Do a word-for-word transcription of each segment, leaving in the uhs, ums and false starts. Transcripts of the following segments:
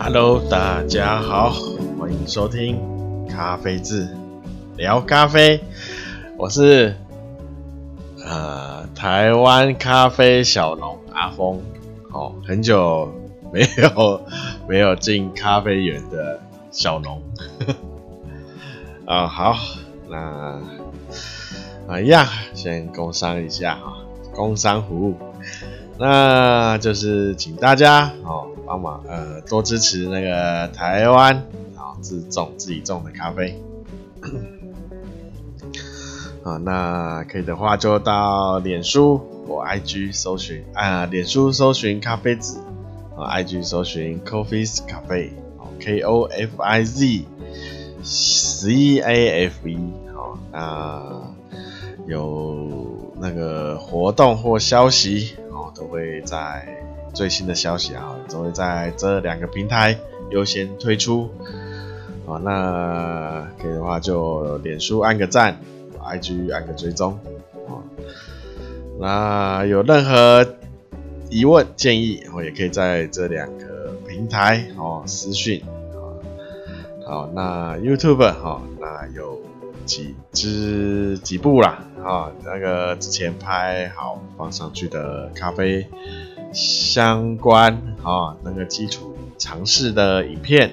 Hello， 大家好，欢迎收听咖啡志聊咖啡，我是呃台湾咖啡小农阿峰。哦，很久没有没有进咖啡园的小农啊，好，那啊一样先工商一下啊，工商服务。那就是请大家哦帮忙呃多支持那个台湾啊、哦、自种自己种的咖啡啊，那可以的话就到脸书或 I G 搜寻啊，脸书搜寻咖啡子啊 ，I G 搜寻 Coffee's Cafe 哦 K O F I Z C A F E 哦，那有那个活动或消息。都会在最新的消息啊，都会在这两个平台优先推出啊。那可以的话，就脸书按个赞 ，I G 按个追踪啊。那有任何疑问建议，我也可以在这两个平台哦私讯啊。好，那 YouTube 哈，那有几支几部啦。啊，那个之前拍好放上去的咖啡相关啊，那个基础尝试的影片，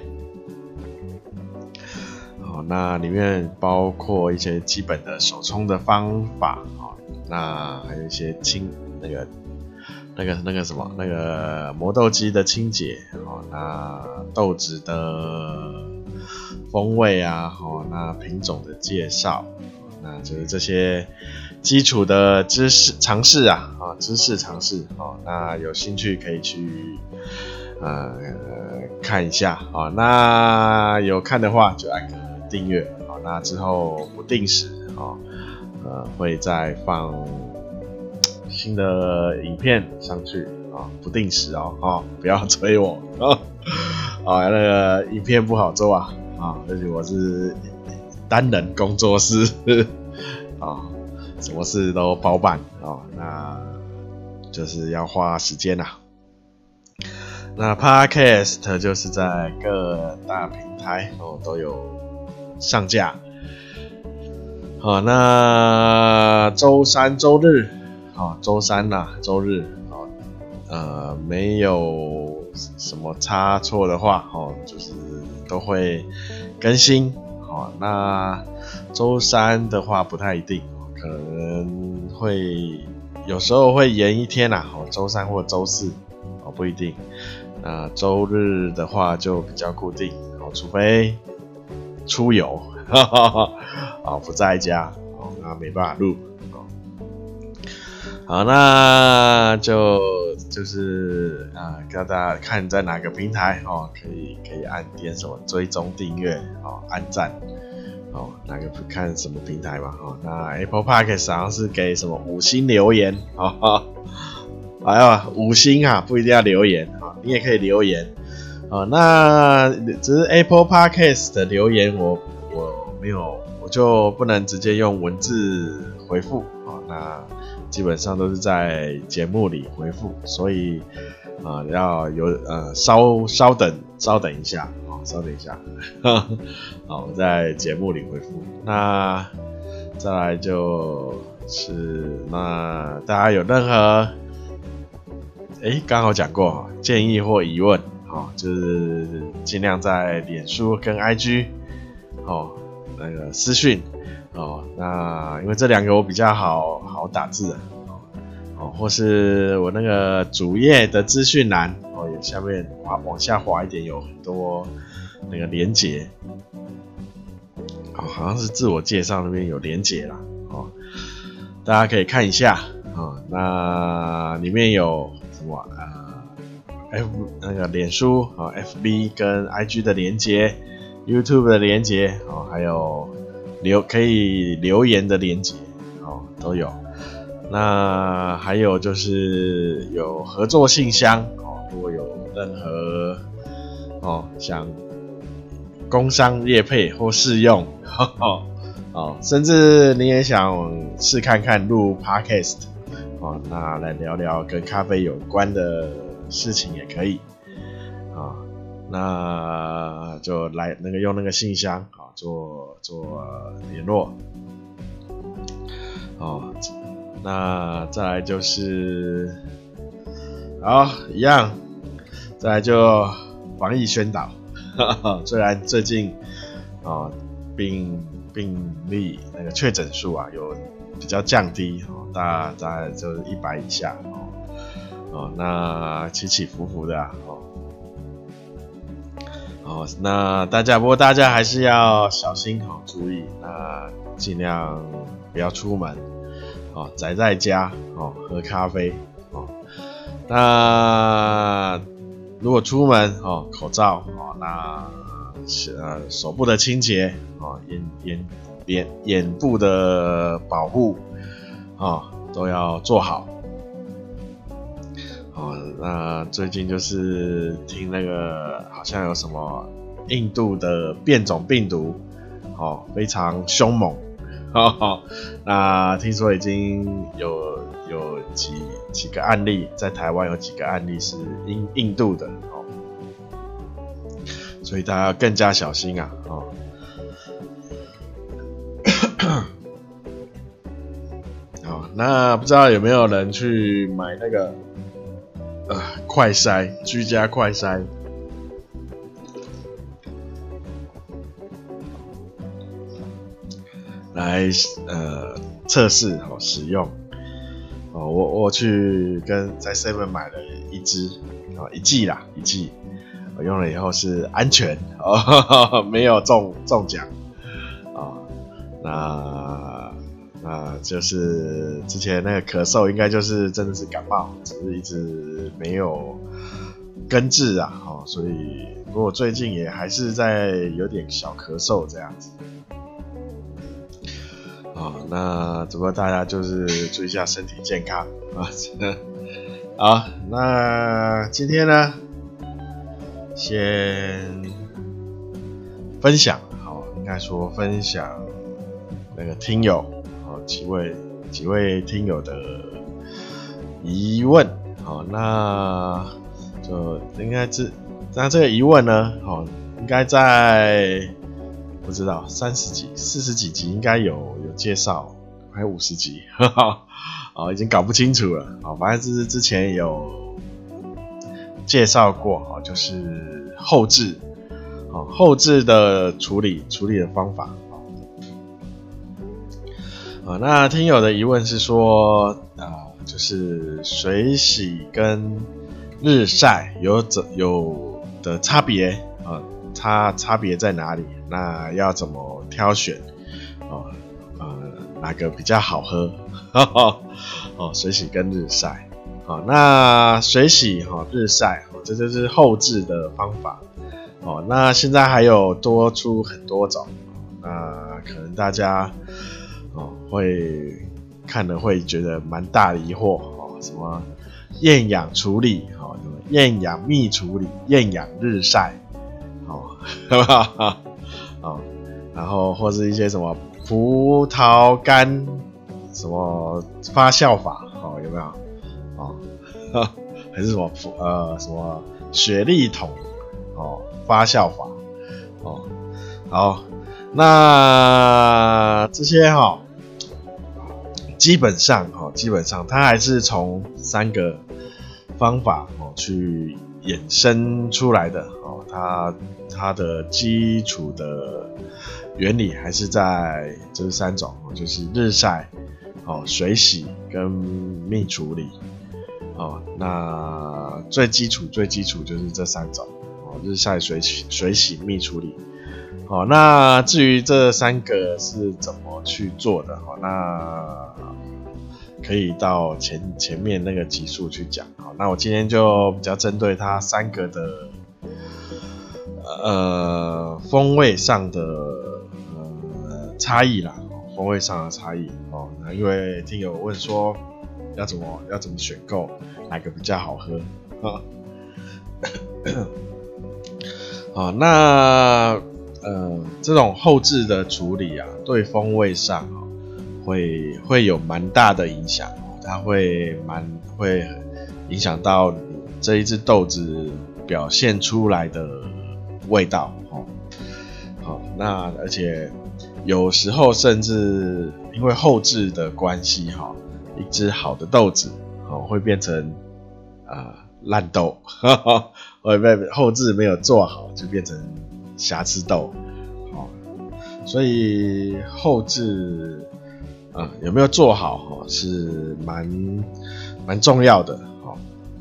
好，那里面包括一些基本的手冲的方法啊，那还有一些清那个那个那个什么那个磨豆机的清洁啊，那豆子的风味啊，好，那品种的介绍。那就是这些基础的知识尝试啊，啊，知识尝试哦。那有兴趣可以去呃看一下啊。那有看的话就按个订阅啊。那之后不定时啊，呃会再放新的影片上去啊，不定时哦，哦不要催我啊。啊，那个影片不好做啊，啊，而且我是单人工作室啊，什么事都包办啊，那就是要花时间啦。那 Podcast 就是在各大平台哦都有上架。好，那周三、周日，好，周三啦、周日，好，呃，没有什么差错的话，哦，就是都会更新。好，那周三的话不太一定，可能会有时候会延一天啦，哦，周三或周四，哦，不一定。那周日的话就比较固定，哦，除非出游，哈哈哈，哦，不在家，哦，那没办法录，哦。好，那就就是啊，给大家看在哪个平台哦，可以可以按点什么追踪订阅哦，按赞哦，哪个看什么平台嘛哦，那 Apple Podcast 好像是给什么五星留言哦，还有五星啊，不一定要留言啊，你也可以留言哦。那只是 Apple Podcast 的留言我我没有，我就不能直接用文字回复哦，那基本上都是在节目里回复，所以啊、呃、要有呃稍稍等稍等一下啊、哦，稍等一下，好，我在节目里回复。那再来就是那大家有任何哎刚好讲过建议或疑问，哦，就是尽量在脸书跟 I G 哦那个私讯。哦，那因为这两个我比较好好打字的，哦，或是我那个主页的资讯栏，哦，有下面滑往下滑一点，有很多那个连结，哦，好像是自我介绍那边有连结啦，哦，大家可以看一下，哦，那里面有什么呃 F 那个脸书哦 F B 跟 I G 的连结 ，YouTube 的连结，哦，还有。留可以留言的连结哦都有，那还有就是有合作信箱哦，如果有任何哦想工商业配或试用呵呵哦，甚至你也想试看看录 Podcast 哦，那来聊聊跟咖啡有关的事情也可以啊、哦。 那就来那个用那个信箱啊做做联络。哦，那再来就是好一样，再来就防疫宣导。虽然最近哦病病例那个确诊数啊有比较降低哦，大大概就是一百以下哦哦，那起起伏伏的啊哦哦，那大家不过大家还是要小心哦，注意，那尽量不要出门哦，宅在家哦，喝咖啡哦，那如果出门哦，口罩哦，那呃手部的清洁哦，眼眼眼眼部的保护哦，都要做好。哦，那最近就是听那个好像有什么印度的变种病毒哦，非常凶猛。哦，那听说已经有有几几个案例，在台湾有几个案例是印印度的哦，所以大家要更加小心啊！哦，好，那不知道有没有人去买那个呃快筛，居家快筛？来呃测试哦使用哦，我我去跟在 Seven 买了一支哦一剂啦一剂，我用了以后是安全哦，呵呵没有中中奖哦，那那就是之前那个咳嗽应该就是真的是感冒，只是一直没有根治啊哦，所以不过最近也还是在有点小咳嗽这样子。哦，那只不过大家就是注意一下身体健康啊。好，那今天呢，先分享，好，应该说分享那个听友，好几位几位听友的疑问，好，那就应该是，那这个疑问呢，好，应该在。不知道三十几、四十几集应该有有介绍，还有五十集，哈哈，哦，已经搞不清楚了。哦，反正就是之前有介绍过，哦，就是后置，哦，后置的处理处理的方法。哦，那听友的疑问是说，啊，就是水洗跟日晒有怎有的差别啊？差差别在哪里？那要怎么挑选？哦，呃，哪个比较好喝？哦，水洗跟日晒。哦，那水洗哈、哦，日晒，哦，这就是后置的方法。哦，那现在还有多出很多种，那可能大家哦会看了会觉得蛮大的疑惑哦，什么厌氧处理，哦，什么厌氧蜜处理，厌氧日晒。哦，好不好？哦，然后或是一些什么葡萄干什么发酵法，哦，有没有？哦，还是什么呃什么雪莉桶哦发酵法哦，好，那这些哈、哦，基本上哈、哦，基本上它还是从三个方法哦去衍生出来的哦，它它的基础的原理还是在这三种，就是日晒、哦水洗跟蜜处理。哦，那最基础最基础就是这三种哦，日晒、水洗、水洗、蜜处理。哦，那至于这三个是怎么去做的，哦，那可以到前前面那个集数去讲。好，那我今天就比较针对它三个的呃风味上的呃差异啦，风味上的差异哦。那因为听友问说要怎么要怎么选购，哪个比较好喝啊？好，那呃这种后置的处理啊，对风味上啊会会有蛮大的影响，它会蛮会影响到你这一支豆子表现出来的味道哦。好，那而且有时候甚至因为后制的关系哈，一只好的豆子哦会变成呃烂豆，会被后制没有做好就变成瑕疵豆。好，所以后制啊、呃、有没有做好哈是蛮蛮重要的。好，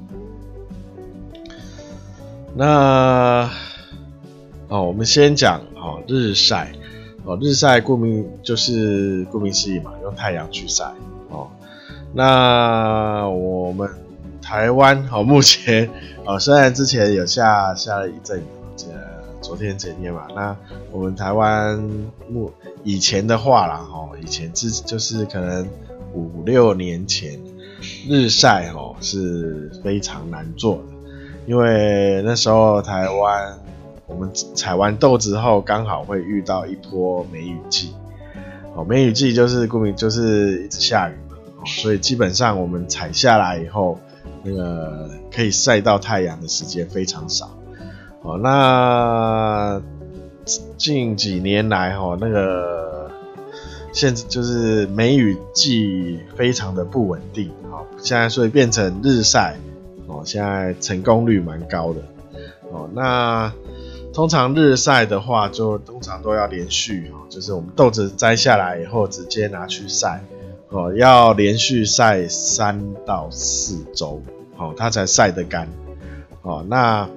那哦我们先讲哦日晒。哦，日晒顾名就是顾名思义嘛，用太阳去晒哦。那我们台湾哦，目前哦，虽然之前有下下了一阵雨，呃，昨天前天嘛，那我们台湾目以前的话啦，哦，以前之就是可能五六年前日晒哦是非常难做的，因为那时候台湾。我们采完豆子后，刚好会遇到一波梅雨季。哦，梅雨季就是顾名就是一直下雨嘛，哦，所以基本上我们采下来以后，那个可以晒到太阳的时间非常少。哦，那近几年来，哦，那个现在就是梅雨季非常的不稳定，哦，现在所以变成日晒，哦，现在成功率蛮高的。哦，那通常日晒的话，就通常都要连续，就是我们豆子摘下来以后，直接拿去晒，哦，要连续晒三到四周，哦，它才晒得干，哦，那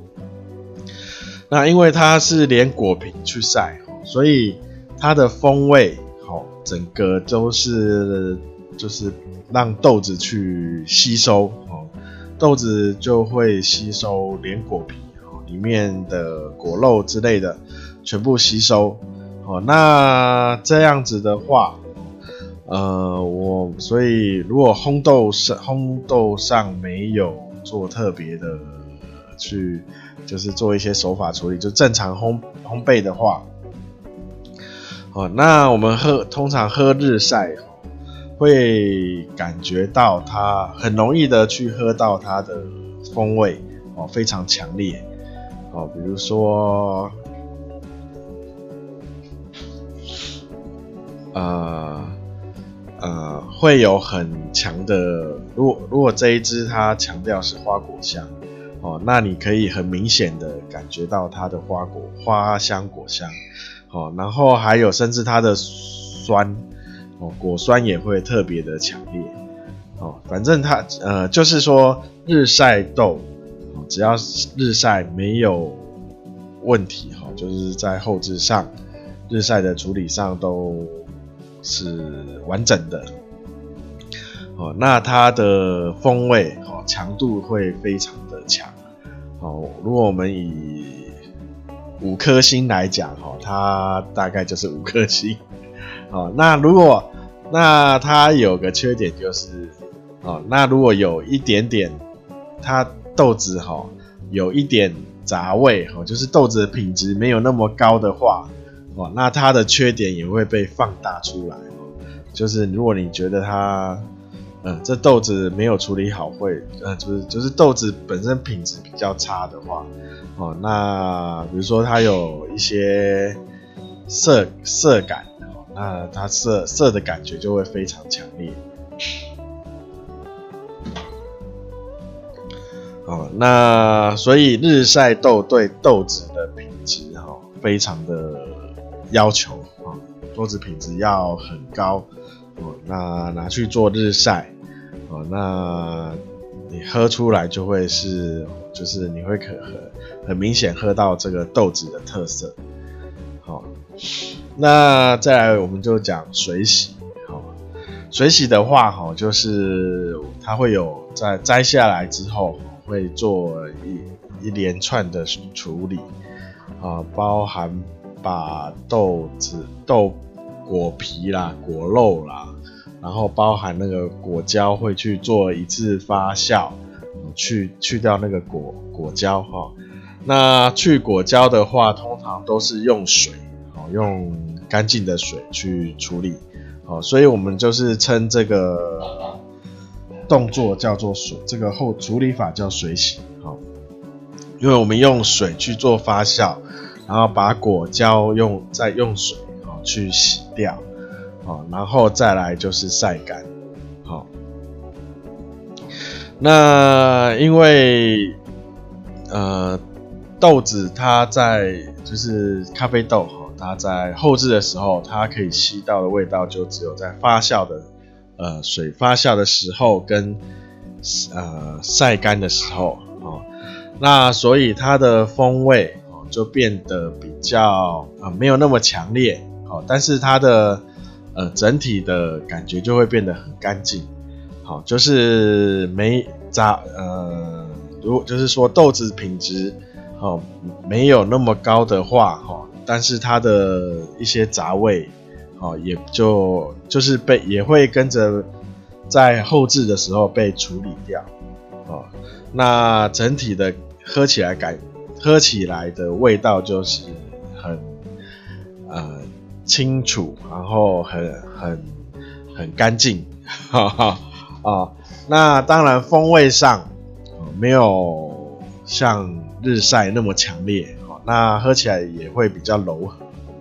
那因为它是连果皮去晒，所以它的风味，哦，整个都是就是让豆子去吸收，哦，豆子就会吸收连果皮。里面的果肉之类的全部吸收，哦，那这样子的话，呃，我所以如果烘豆上烘豆上没有做特别的去，就是做一些手法处理，就正常烘烘焙的话，哦，那我们喝通常喝日晒，会感觉到它很容易的去喝到它的风味，哦，非常强烈。哦，比如说，呃呃，会有很强的，如果如果这一支它强调是花果香，哦，那你可以很明显的感觉到它的花果花香果香，哦，然后还有甚至它的酸，哦，果酸也会特别的强烈，哦，反正它呃就是说日晒豆。只要日晒没有问题，就是在后制上日晒的处理上都是完整的，那它的风味强度会非常的强。如果我们以五颗星来讲，它大概就是五颗星。那如果那它有个缺点就是，那如果有一点点它豆子有一点杂味，就是豆子的品质没有那么高的话，那它的缺点也会被放大出来。就是如果你觉得它，嗯，这豆子没有处理好会，呃，就是就是豆子本身品质比较差的话，那比如说它有一些涩涩感，那它涩涩的感觉就会非常强烈。哦，那所以日晒豆对豆子的品质哦非常的要求，哦，豆子品质要很高，哦，那拿去做日晒，哦，那你喝出来就会是，就是你会可很明显喝到这个豆子的特色。好，那再来我们就讲水洗。好，水洗的话，哈，就是它会有在摘下来之后。会做一一连串的处理，啊，包含把豆子、豆果皮啦、果肉啦，然后包含那个果胶会去做一次发酵，去去掉那个果果胶哈。那去果胶的话，通常都是用水，用干净的水去处理，所以我们就是称这个动作叫做水，这个后处理法叫水洗。好， 因为我们用水去做发酵，然后把果胶用再用水、哦、去洗掉、哦、然后再来就是晒干、哦、那因为呃豆子它在就是咖啡豆、哦、它在后制的时候，它可以吸到的味道就只有在发酵的呃水发酵的时候跟呃晒干的时候、哦，那所以它的风味、哦、就变得比较、呃、没有那么强烈、哦、但是它的呃整体的感觉就会变得很干净、哦、就是没杂呃如果就是说豆子品质、哦、没有那么高的话、哦、但是它的一些杂味、哦、也就就是被也会跟着在后制的时候被处理掉、哦、那整体的喝起来感喝起来的味道就是很呃清楚，然后很很很干净，哈哈啊。那当然风味上、呃、没有像日晒那么强烈、哦、那喝起来也会比较柔和。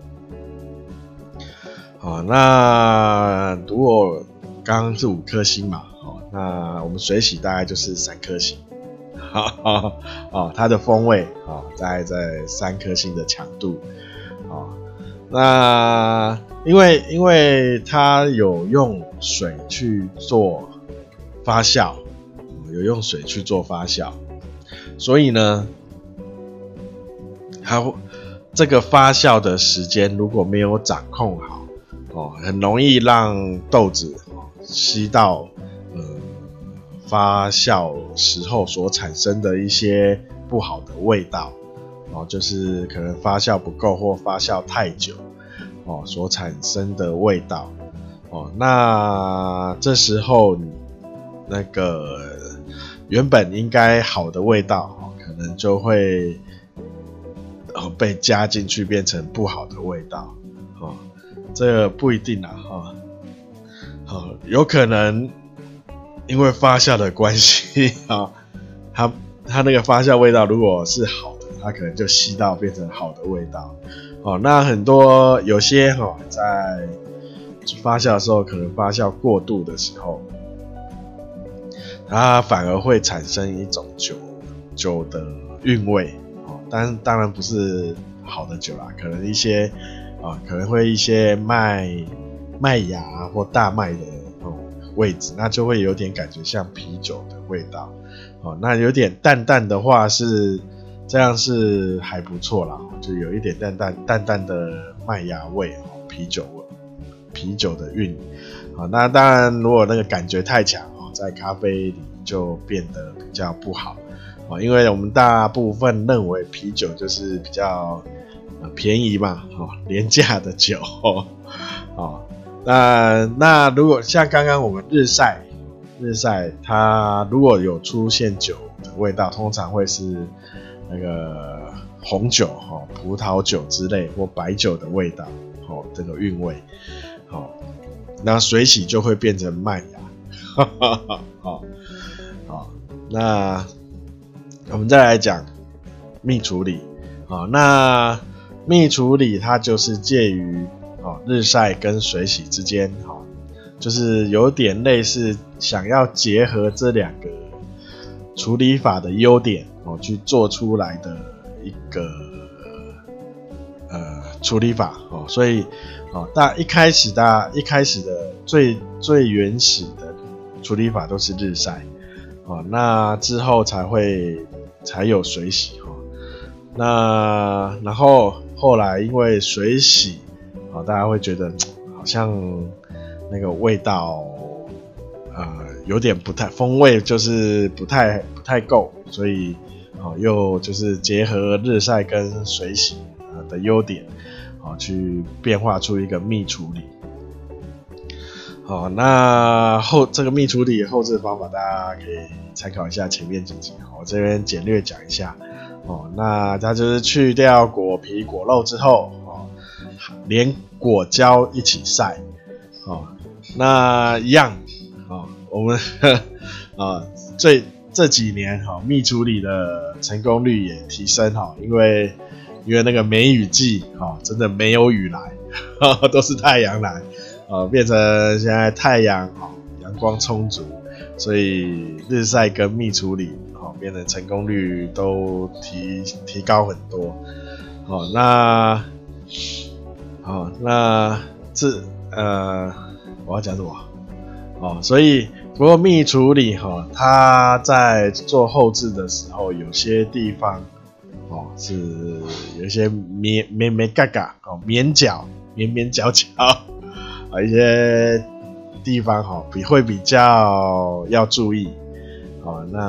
好，那如果刚刚是五颗星嘛，哦，那我们水洗大概就是三颗星。哦，它的风味哦，大概在三颗星的强度。哦，那因为因为它有用水去做发酵，有用水去做发酵，所以呢，它这个发酵的时间如果没有掌控好，哦，很容易让豆子、哦、吸到呃发酵时候所产生的一些不好的味道，哦，就是可能发酵不够或发酵太久，哦，所产生的味道，哦，那这时候那个原本应该好的味道，哦，可能就会、哦、被加进去变成不好的味道，哦，这个不一定啊，哦哦，有可能因为发酵的关系啊，它它那个发酵味道如果是好的，它可能就吸到变成好的味道。哦，那很多有些哈、哦、在发酵的时候，可能发酵过度的时候，它反而会产生一种酒酒的韵味。哦，但当然不是好的酒啦，可能一些啊、哦、可能会一些麦麦芽或大麦的。位置，那就会有点感觉像啤酒的味道、哦、那有点淡淡的话是这样是还不错啦，就有一点淡淡淡淡的麦芽味、哦、啤酒味啤酒的韵、哦、那当然如果那个感觉太强、哦、在咖啡里就变得比较不好、哦、因为我们大部分认为啤酒就是比较、呃、便宜嘛、哦、廉价的酒、哦哦那那如果像刚刚我们日晒，日晒它如果有出现酒的味道，通常会是那个红酒、哦、葡萄酒之类或白酒的味道、哦、这个韵味、哦、那水洗就会变成麦芽。哦哦、那我们再来讲蜜处理、哦、那蜜处理它就是介于哦、日晒跟水洗之间、哦、就是有点类似想要结合这两个处理法的优点、哦、去做出来的一个呃处理法、哦、所以、哦、大一开始大家一开始的最最原始的处理法都是日晒、哦、那之后才会才有水洗、哦、那然后后来因为水洗哦、大家会觉得好像那个味道呃有点不太风味就是不太不太够，所以、哦、又就是结合日晒跟水洗、呃、的优点、哦、去变化出一个蜜处理。好，那后这个蜜处理后置方法大家可以参考一下前面几集，我这边简略讲一下。哦，那它就是去掉果皮果肉之后，哦，连果胶一起晒。哦，那一样，哦，我们啊最这几年哈蜜处理的成功率也提升哈，因为因为那个梅雨季哈，真的没有雨来，都是太阳来，呃，变成现在太阳哈阳光充足，所以日晒跟蜜处理哈变成成功率都提提高很多。好，那好那这呃我要讲什么？哦，所以不过蜜处理哈、哦，它在做后置的时候，有些地方哦是有一些绵绵绵嘎嘎哦，绵角绵绵角角啊，一些地方哈、哦、比会比较要注意哦。那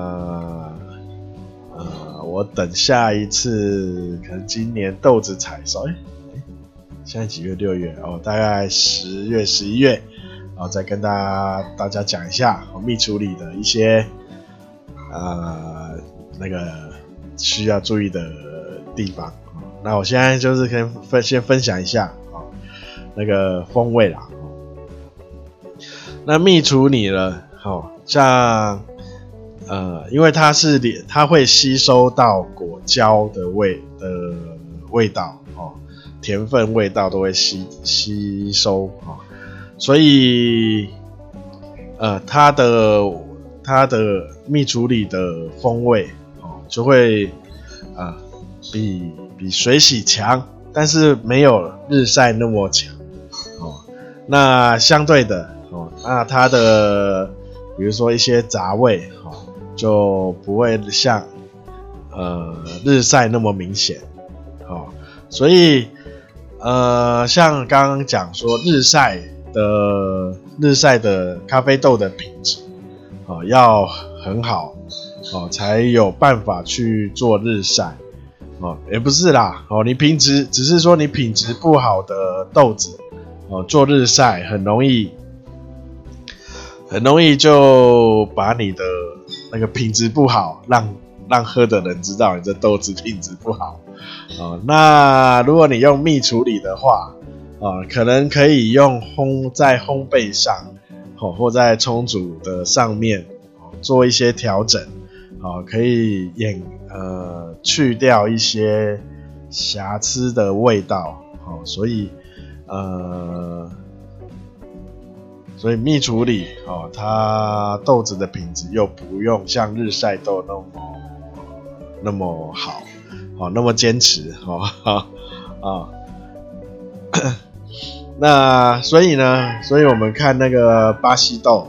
呃，我等下一次可能今年豆子采收，哎、欸、现在几月？六月哦，大概十月、十一月。然后再跟大家大家讲一下蜜处理的一些呃那个需要注意的地方。那我现在就是可以分先分享一下那个风味啦。那蜜处理呢，像呃因为它是它会吸收到果胶的味的味道哦，甜分味道都会吸吸收哦。所以，呃，它的它的蜜处理的风味哦，就会呃比比水洗强，但是没有日晒那么强哦。那相对的哦，那它的比如说一些杂味哦，就不会像呃日晒那么明显哦。所以呃，像刚刚讲说日晒。的日晒的咖啡豆的品质哦要很好哦，才有办法去做日晒哦，也不是啦哦，你品质只是说你品质不好的豆子哦，做日晒很容易很容易就把你的那个品质不好让让喝的人知道你这豆子品质不好哦。那如果你用蜜处理的话。啊，可能可以用烘在烘焙上，哦，或在冲煮的上面，哦，做一些调整，哦，可以掩呃去掉一些瑕疵的味道，哦，所以呃，所以蜜处理，哦，它豆子的品质又不用像日晒豆那么那么好，哦，那么坚持，哦，啊。哦那所以呢，所以我们看那个巴西豆，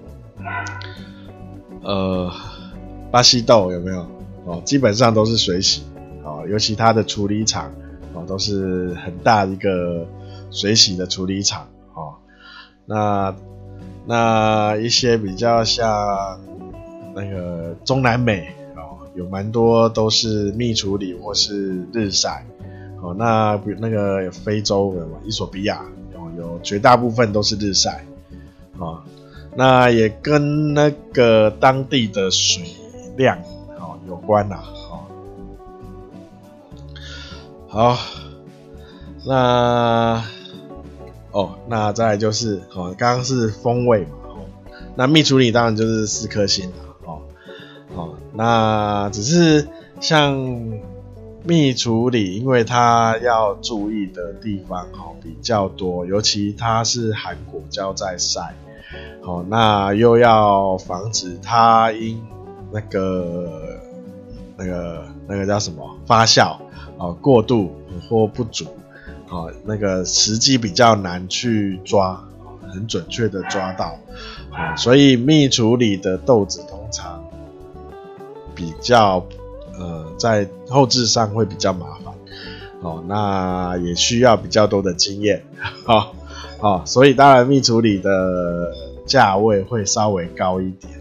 呃，巴西豆有没有？哦，基本上都是水洗，哦，尤其它的处理厂，哦，都是很大一个水洗的处理厂，哦，那那一些比较像那个中南美，哦，有蛮多都是蜜处理或是日晒。哦，那比那个非洲的伊索比亚，哦，有绝大部分都是日晒，哦，那也跟那个当地的水量，哦，有关啦，哦，好，那哦，那再来就是哦，刚刚是风味嘛，哦，那蜜处理当然就是四颗星啦，哦，哦，那只是像。蜜处理，因为它要注意的地方哦比较多，尤其它是含果胶在晒，哦，那又要防止它因那个那个那个叫什么发酵哦过度或不足，哦，那个时机比较难去抓，很准确的抓到，哦，所以蜜处理的豆子通常比较。呃，在后置上会比较麻烦，哦，那也需要比较多的经验，哦，哦，所以当然蜜处理的价位会稍微高一点，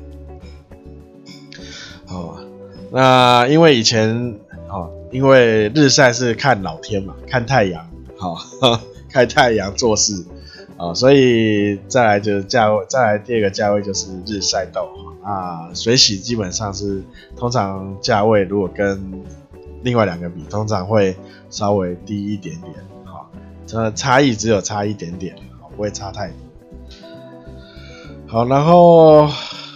哦，那因为以前，哦，因为日晒是看老天嘛，看太阳，哦，看太阳做事，哦，所以再来就是价位，再来第二个价位就是日晒豆。啊，水洗基本上是通常价位如果跟另外两个比，通常会稍微低一点点，好，这差异只有差一点点，好，不会差太多。好，然后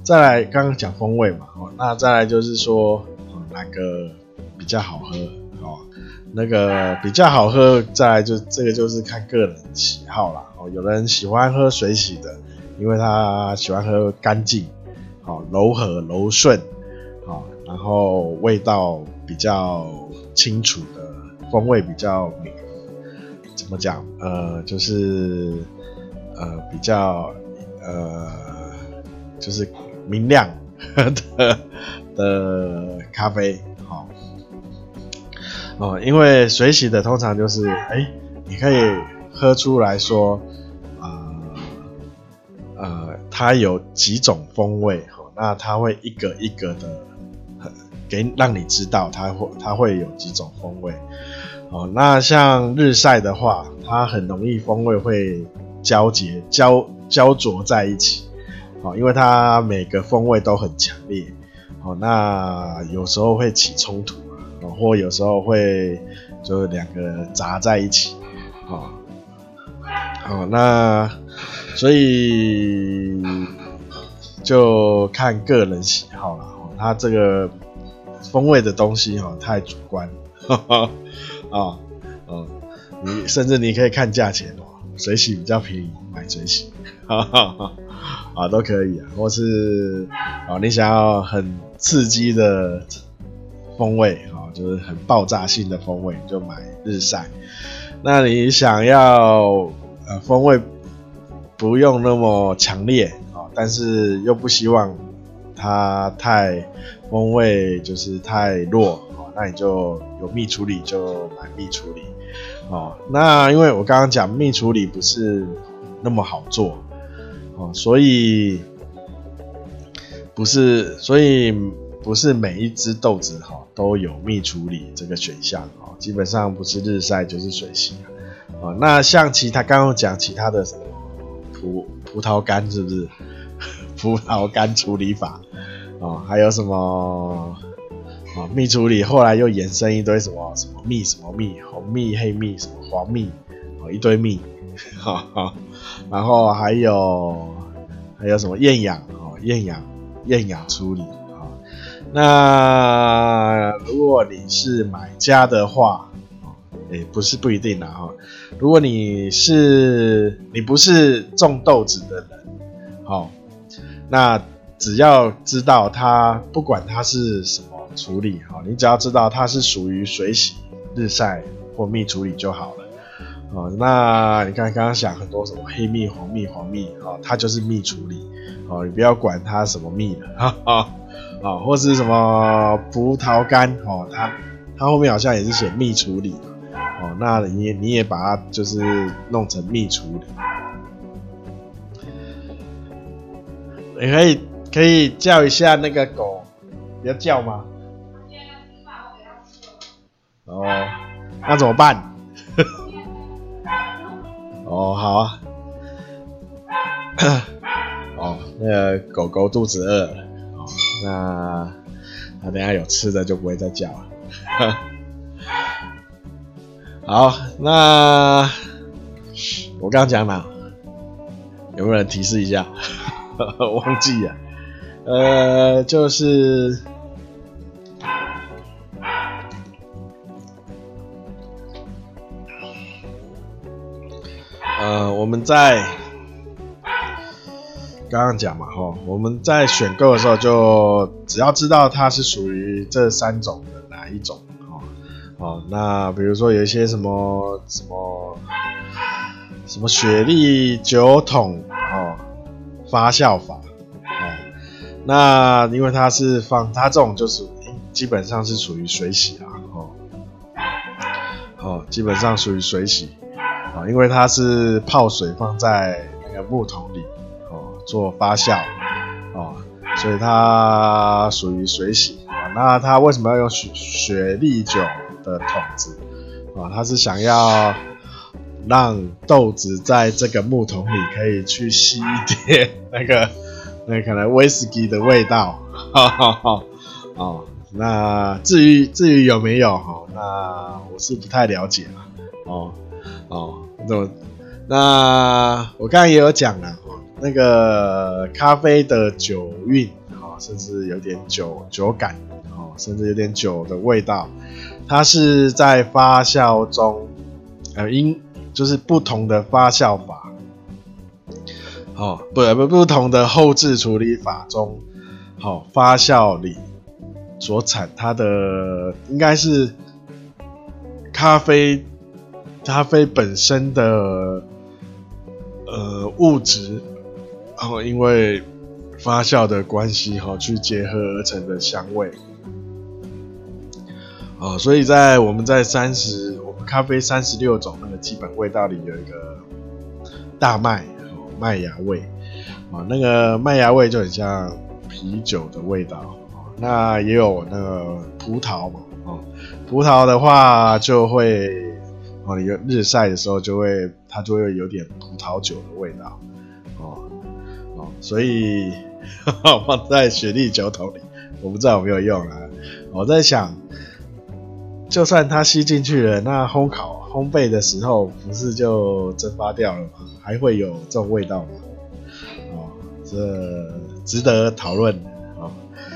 再来刚刚讲风味嘛，哦，那再来就是说，哦，哪个比较好喝，哦，那个比较好喝，再来就这个就是看个人喜好啦，哦，有人喜欢喝水洗的，因为他喜欢喝干净，哦，柔和柔顺，哦，然后味道比较清楚的，风味比较怎么讲？呃，就是呃比较呃就是明亮的的咖啡，好，哦，因为水洗的通常就是，哎，你可以喝出来说，呃呃，它有几种风味，哦，那它会一个一个的给让你知道它会它会有几种风味。哦，那像日晒的话，它很容易风味会交结、交焦灼在一起，哦，因为它每个风味都很强烈，哦，那有时候会起冲突，哦，或有时候会就是两个杂在一起，哦，哦，那所以就看个人喜好啦，哦，它这个风味的东西哦太主观，呵呵哦哦，你甚至你可以看价钱哦，水洗比较便宜，买水洗，哈哈哈，啊都可以啊，或是哦你想要很刺激的风味，哦就是很爆炸性的风味，你就买日晒。那你想要呃风味不用那么强烈，哦，但是又不希望它太风味就是太弱。那你就有蜜处理就买蜜处理，哦，那因为我刚刚讲蜜处理不是那么好做，哦，所以不是所以不是每一只豆子，哦，都有蜜处理这个选项，哦，基本上不是日晒就是水洗，哦，那像其他刚刚讲其他的什么葡葡萄干是不是葡萄干处理法，哦，还有什么？哦，蜜处理后来又衍生一堆什么什么蜜什么蜜，红蜜、黑蜜、什么黄蜜，哦，一堆蜜，哈哈，然后还有还有什么厌氧，哦，厌氧厌氧处理，哦，那如果你是买家的话，哦，诶，不是不一定啦，哈，如果你是你不是种豆子的人，好，哦，那只要知道它不管它是什么处理，你只要知道它是属于水洗、日晒或蜜处理就好了，哦，那你看刚刚讲很多什么黑蜜、黄蜜、黄蜜，哦，它就是蜜处理，哦，你不要管它什么蜜了，哈哈，哦，或是什么葡萄干，哦，它它后面好像也是写蜜处理，哦，那你也你也把它就是弄成蜜处理，你可以可以叫一下那个狗，不要叫吗？哦，那怎么办？哦，好啊。哦，那个狗狗肚子饿了，哦，那它等一下有吃的就不会再叫了。好，那我刚刚讲哪？有没有人提示一下？忘记了。呃，就是。呃，我们在刚刚讲嘛，齁，我们在选购的时候就只要知道它是属于这三种的哪一种，齁，哦，那比如说有一些什么什么什么雪莉酒桶，哦，发酵法，哦，那因为它是放它这种就是基本上是属于水洗啦，哦，哦，基本上属于水洗。哦，因为它是泡水放在那个木桶里，哦，做发酵，哦，所以它属于水洗，哦，那它为什么要用雪雪莉酒的桶子？哦，它是想要让豆子在这个木桶里可以去吸一点那个那可能威士忌的味道，哈哈哈，哦，那至于至于有没有，哦，那我是不太了解啦，哦。哦，那我刚才也有讲了，那个咖啡的酒韵甚至有点酒酒感哦，甚至有点酒的味道。它是在发酵中，呃，因就是不同的发酵法，哦，不不不同的后置处理法中，好、哦、发酵里所产它的应该是咖啡咖啡本身的呃物质，然、哦、因为发酵的关系哈、哦，去结合而成的香味。哦，所以在我们在三十，我们咖啡三十六种那个基本味道里有一个大麦哦，麦芽味哦，那个麦芽味就很像啤酒的味道哦。那也有那个葡萄嘛哦，葡萄的话就会哦，你日晒的时候就会它就会有点葡萄酒的味道哦哦，所以放在雪莉酒桶里，我不知道有没有用啊。我在想。就算它吸进去了，那烘烤、烘焙的时候不是就蒸发掉了吗？还会有这种味道吗？哦，这值得讨论哦。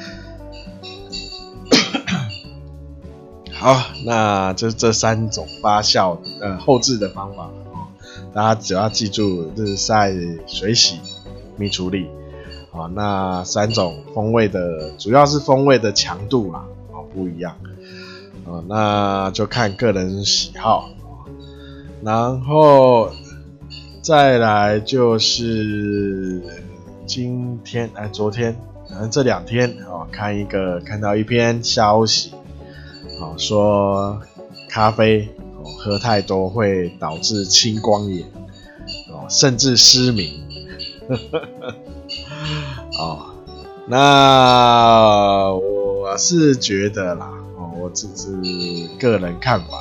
好，那就这三种发酵呃后置的方法哦，大家只要记住日晒、水洗、密处理啊、哦。那三种风味的，主要是风味的强度啦，哦不一样。哦、那就看个人喜好，哦、然后再来就是今天哎，昨天反正这两天哦，看一个看到一篇消息，哦，说咖啡哦喝太多会导致青光眼，哦，甚至失明，哦，那我是觉得啦。我只是个人看法，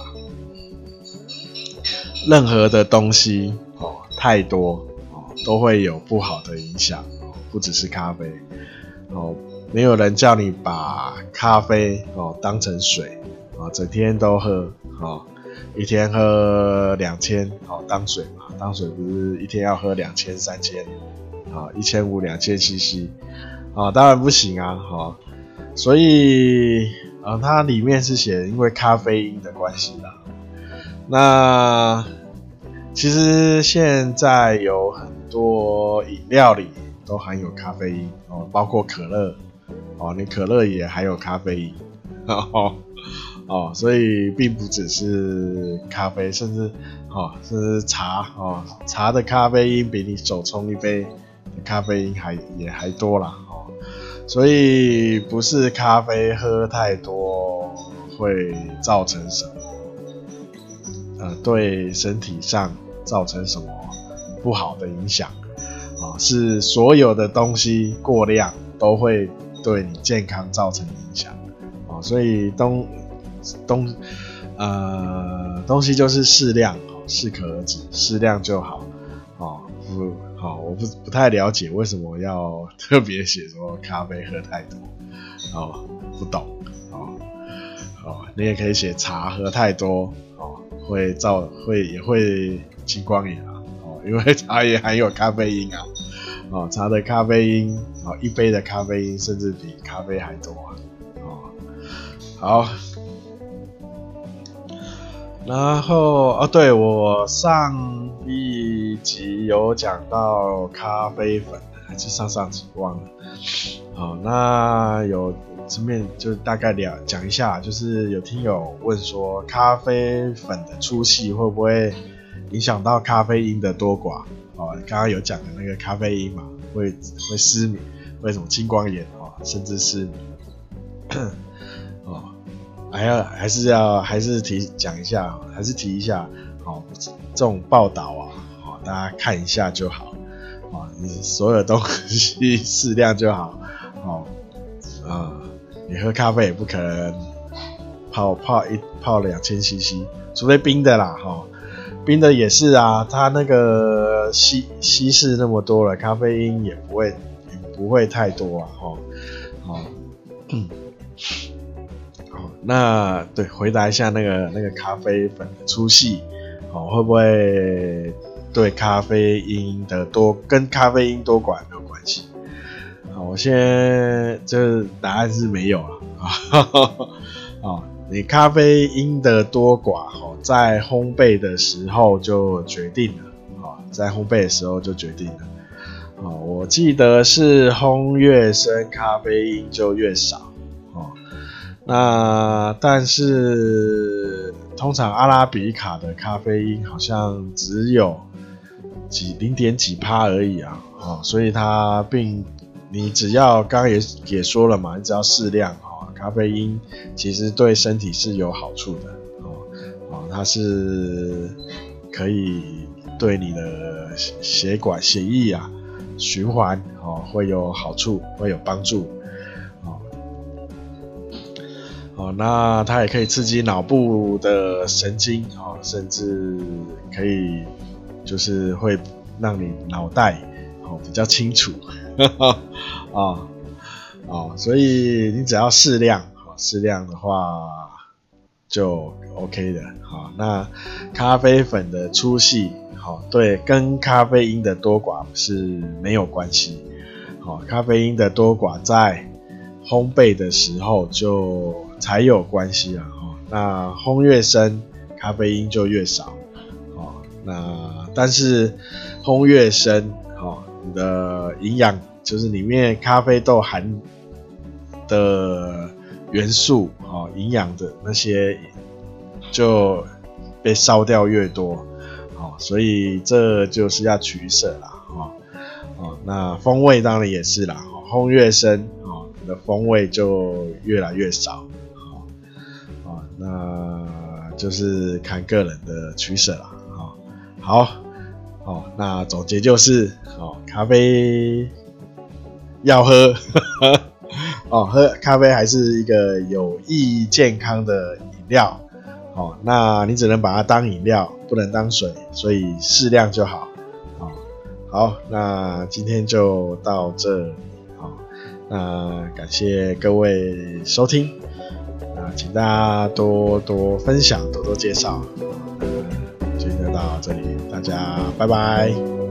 任何的东西哦太多哦都会有不好的影响哦，不只是咖啡哦，没有人叫你把咖啡哦当成水哦，整天都喝哦，一天喝两千哦当水嘛，当水不是一天要喝两千三千啊一千五两千 C C 啊，当然不行啊，哦，所以。啊，它里面是写因为咖啡因的关系啦。那其实现在有很多饮料里都含有咖啡因哦，包括可乐哦，你可乐也含有咖啡因哦哦，所以并不只是咖啡，甚至哦，甚至茶哦，茶的咖啡因比你手冲一杯的咖啡因还也还多啦。所以不是咖啡喝太多会造成什么，呃，对身体上造成什么不好的影响啊？是所有的东西过量都会对你健康造成影响啊。所以东东呃东西就是适量，适可而止，适量就好啊。不。好，我不不太了解为什么要特别写说咖啡喝太多，哦，不懂，哦，哦，你也可以写茶喝太多，哦，会造会也会青光眼啊，哦，因为茶也含有咖啡因啊，哦，茶的咖啡因，哦，一杯的咖啡因甚至比咖啡还多啊，哦，好。然后哦，对，我上一集有讲到咖啡粉，还是上上集忘了。好，那有顺便就大概聊讲一下，就是有听友问说，咖啡粉的粗细会不会影响到咖啡因的多寡？哦，刚刚有讲的那个咖啡因嘛，会会失明，会什么青光眼哦，甚至失明。哦。还要还是要还是提讲一下，还是提一下，好、哦，这种报道啊，好、哦，大家看一下就好，哦，你所有东西适量就好，哦，啊、呃，你喝咖啡也不可能泡泡一泡两千 C C， 除非冰的啦，哈、哦，冰的也是啊，它那个稀稀释那么多了，咖啡因也不会也不会太多啊，哦，哦，嗯。那对，回答一下那个那个咖啡粉的粗细，哦，会不会对咖啡因的多跟咖啡因多寡有没有关系？ 好，我现在这答案是没有了啊。你咖啡因的多寡在烘焙的时候就决定了，在烘焙的时候就决定了。我记得是烘越深，咖啡因就越少。那但是通常阿拉比卡的咖啡因好像只有几零点几趴而已啊，所以它并你只要刚刚也也说了嘛，你只要适量。咖啡因其实对身体是有好处的，哦，它是可以对你的血管、血液啊循环哦会有好处，会有帮助，哦，哦，那它也可以刺激脑部的神经，哦，甚至可以就是会让你脑袋哦比较清楚，啊。哦，所以你只要适量，适量的话就 OK 的。好，那咖啡粉的粗细，好，对，跟咖啡因的多寡是没有关系。好，咖啡因的多寡在烘焙的时候就才有关系啊。那烘越深，咖啡因就越少。好，那但是烘越深，好，你的营养就是里面咖啡豆含的元素，营养的那些就被烧掉越多，所以这就是要取舍啦。那风味当然也是啦，烘越深，你的风味就越来越少，那就是看个人的取舍啦。好，那总结就是咖啡要喝哦，喝咖啡还是一个有益健康的饮料，哦，那你只能把它当饮料，不能当水，所以适量就好。哦，好，那今天就到这里，哦，那感谢各位收听，那请大家多多分享，多多介绍。那今天就到这里，大家拜拜。